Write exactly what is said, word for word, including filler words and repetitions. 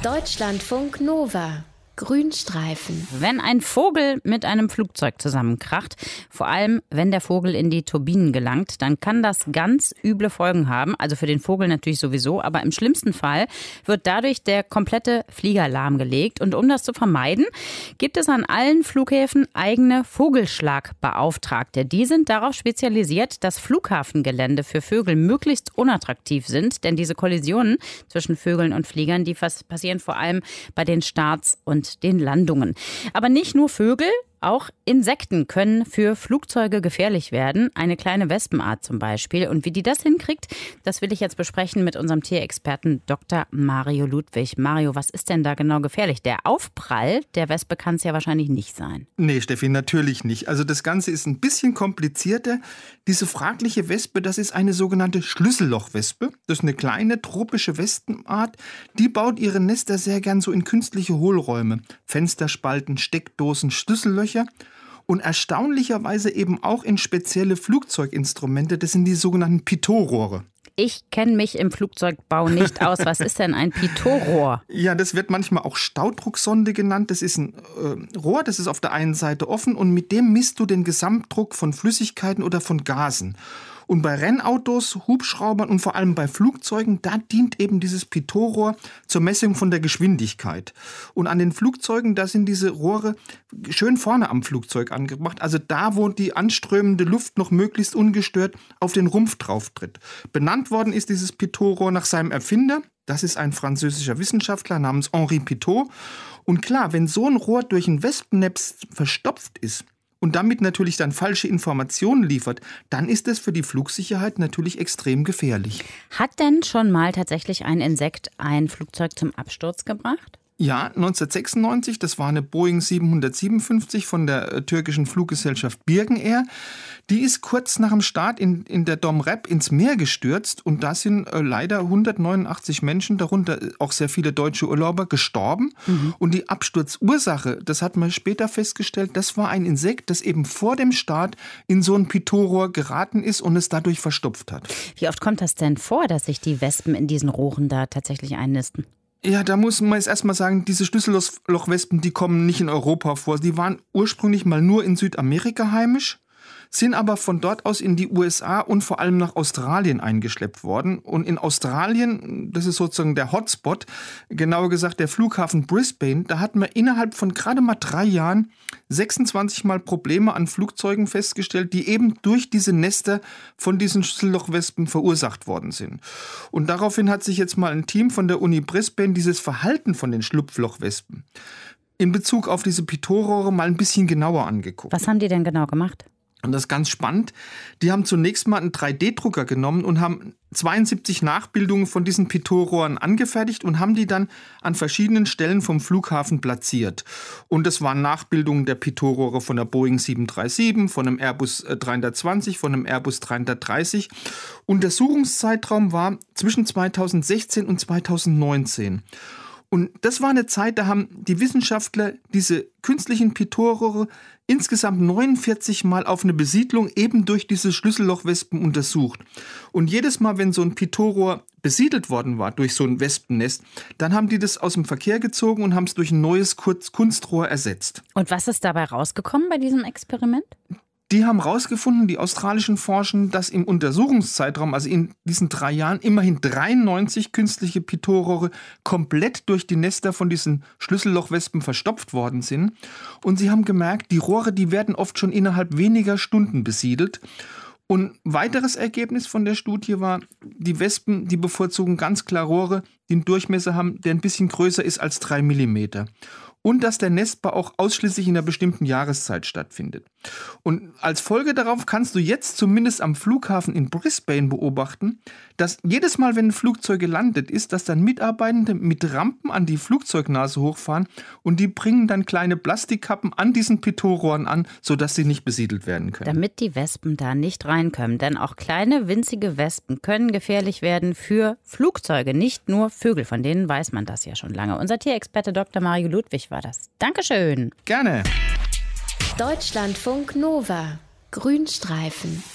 Deutschlandfunk Nova. Grünstreifen. Wenn ein Vogel mit einem Flugzeug zusammenkracht, vor allem wenn der Vogel in die Turbinen gelangt, dann kann das ganz üble Folgen haben. Also für den Vogel natürlich sowieso, aber im schlimmsten Fall wird dadurch der komplette Flieger lahmgelegt. Und um das zu vermeiden, gibt es an allen Flughäfen eigene Vogelschlagbeauftragte. Die sind darauf spezialisiert, dass Flughafengelände für Vögel möglichst unattraktiv sind. Denn diese Kollisionen zwischen Vögeln und Fliegern, die passieren vor allem bei den Starts und den Landungen. Aber nicht nur Vögel, auch Insekten können für Flugzeuge gefährlich werden. Eine kleine Wespenart zum Beispiel. Und wie die das hinkriegt, das will ich jetzt besprechen mit unserem Tierexperten Doktor Mario Ludwig. Mario, was ist denn da genau gefährlich? Der Aufprall der Wespe kann es ja wahrscheinlich nicht sein. Nee, Steffi, natürlich nicht. Also das Ganze ist ein bisschen komplizierter. Diese fragliche Wespe, das ist eine sogenannte Schlüssellochwespe. Das ist eine kleine tropische Wespenart. Die baut ihre Nester sehr gern so in künstliche Hohlräume. Fensterspalten, Steckdosen, Schlüssellöcher. Und erstaunlicherweise eben auch in spezielle Flugzeuginstrumente. Das sind die sogenannten Pitot-Rohre. Ich kenne mich im Flugzeugbau nicht aus. Was ist denn ein Pitot-Rohr? Ja, das wird manchmal auch Staudrucksonde genannt. Das ist ein äh, Rohr, das ist auf der einen Seite offen und mit dem misst du den Gesamtdruck von Flüssigkeiten oder von Gasen. Und bei Rennautos, Hubschraubern und vor allem bei Flugzeugen, da dient eben dieses Pitot-Rohr zur Messung von der Geschwindigkeit. Und an den Flugzeugen, da sind diese Rohre schön vorne am Flugzeug angebracht. Also da, wo die anströmende Luft noch möglichst ungestört auf den Rumpf drauf tritt. Benannt worden ist dieses Pitot-Rohr nach seinem Erfinder. Das ist ein französischer Wissenschaftler namens Henri Pitot. Und klar, wenn so ein Rohr durch ein Wespennetz verstopft ist, und damit natürlich dann falsche Informationen liefert, dann ist es für die Flugsicherheit natürlich extrem gefährlich. Hat denn schon mal tatsächlich ein Insekt ein Flugzeug zum Absturz gebracht? Ja, neunzehnhundertsechsundneunzig, das war eine Boeing siebenhundertsiebenundfünfzig von der äh, türkischen Fluggesellschaft Birgen Air. Die ist kurz nach dem Start in, in der Dom Rep ins Meer gestürzt und da sind äh, leider hundertneunundachtzig Menschen, darunter auch sehr viele deutsche Urlauber, gestorben. Mhm. Und die Absturzursache, das hat man später festgestellt, das war ein Insekt, das eben vor dem Start in so ein Pitot-Rohr geraten ist und es dadurch verstopft hat. Wie oft kommt das denn vor, dass sich die Wespen in diesen Rohren da tatsächlich einnisten? Ja, da muss man jetzt erstmal sagen, diese Schlüssellochwespen, die kommen nicht in Europa vor. Die waren ursprünglich mal nur in Südamerika heimisch, sind aber von dort aus in die U S A und vor allem nach Australien eingeschleppt worden. Und in Australien, das ist sozusagen der Hotspot, genauer gesagt der Flughafen Brisbane, da hat man innerhalb von gerade mal drei Jahren sechsundzwanzig Mal Probleme an Flugzeugen festgestellt, die eben durch diese Nester von diesen Schlüssellochwespen verursacht worden sind. Und daraufhin hat sich jetzt mal ein Team von der Uni Brisbane dieses Verhalten von den Schlupflochwespen in Bezug auf diese Pitot-Rohre mal ein bisschen genauer angeguckt. Was haben die denn genau gemacht? Und das ist ganz spannend. Die haben zunächst mal einen drei D Drucker genommen und haben zweiundsiebzig Nachbildungen von diesen Pitot-Rohren angefertigt und haben die dann an verschiedenen Stellen vom Flughafen platziert. Und das waren Nachbildungen der Pitot-Rohre von der Boeing siebenhundertsiebenunddreißig, von einem Airbus dreihundertzwanzig, von einem Airbus dreihundertdreißig. Untersuchungszeitraum war zwischen zweitausendsechzehn und zweitausendneunzehn. Und das war eine Zeit, da haben die Wissenschaftler diese künstlichen Pitot-Rohre insgesamt neunundvierzig Mal auf eine Besiedlung eben durch diese Schlüssellochwespen untersucht. Und jedes Mal, wenn so ein Pitot-Rohr besiedelt worden war durch so ein Wespennest, dann haben die das aus dem Verkehr gezogen und haben es durch ein neues Kunstrohr ersetzt. Und was ist dabei rausgekommen bei diesem Experiment? Die haben rausgefunden, die australischen Forschenden, dass im Untersuchungszeitraum, also in diesen drei Jahren, immerhin dreiundneunzig künstliche Pitot-Rohre komplett durch die Nester von diesen Schlüssellochwespen verstopft worden sind. Und sie haben gemerkt, die Rohre, die werden oft schon innerhalb weniger Stunden besiedelt. Und weiteres Ergebnis von der Studie war, die Wespen, die bevorzugen ganz klar Rohre, die einen Durchmesser haben, der ein bisschen größer ist als drei Millimeter. Und dass der Nestbau auch ausschließlich in einer bestimmten Jahreszeit stattfindet. Und als Folge darauf kannst du jetzt zumindest am Flughafen in Brisbane beobachten, dass jedes Mal, wenn ein Flugzeug gelandet ist, dass dann Mitarbeitende mit Rampen an die Flugzeugnase hochfahren und die bringen dann kleine Plastikkappen an diesen Pitot-Rohren an, sodass sie nicht besiedelt werden können. Damit die Wespen da nicht reinkommen, denn auch kleine winzige Wespen können gefährlich werden für Flugzeuge, nicht nur Vögel, von denen weiß man das ja schon lange. Unser Tierexperte Doktor Mario Ludwig war das. Dankeschön. Gerne. Deutschlandfunk Nova. Grünstreifen.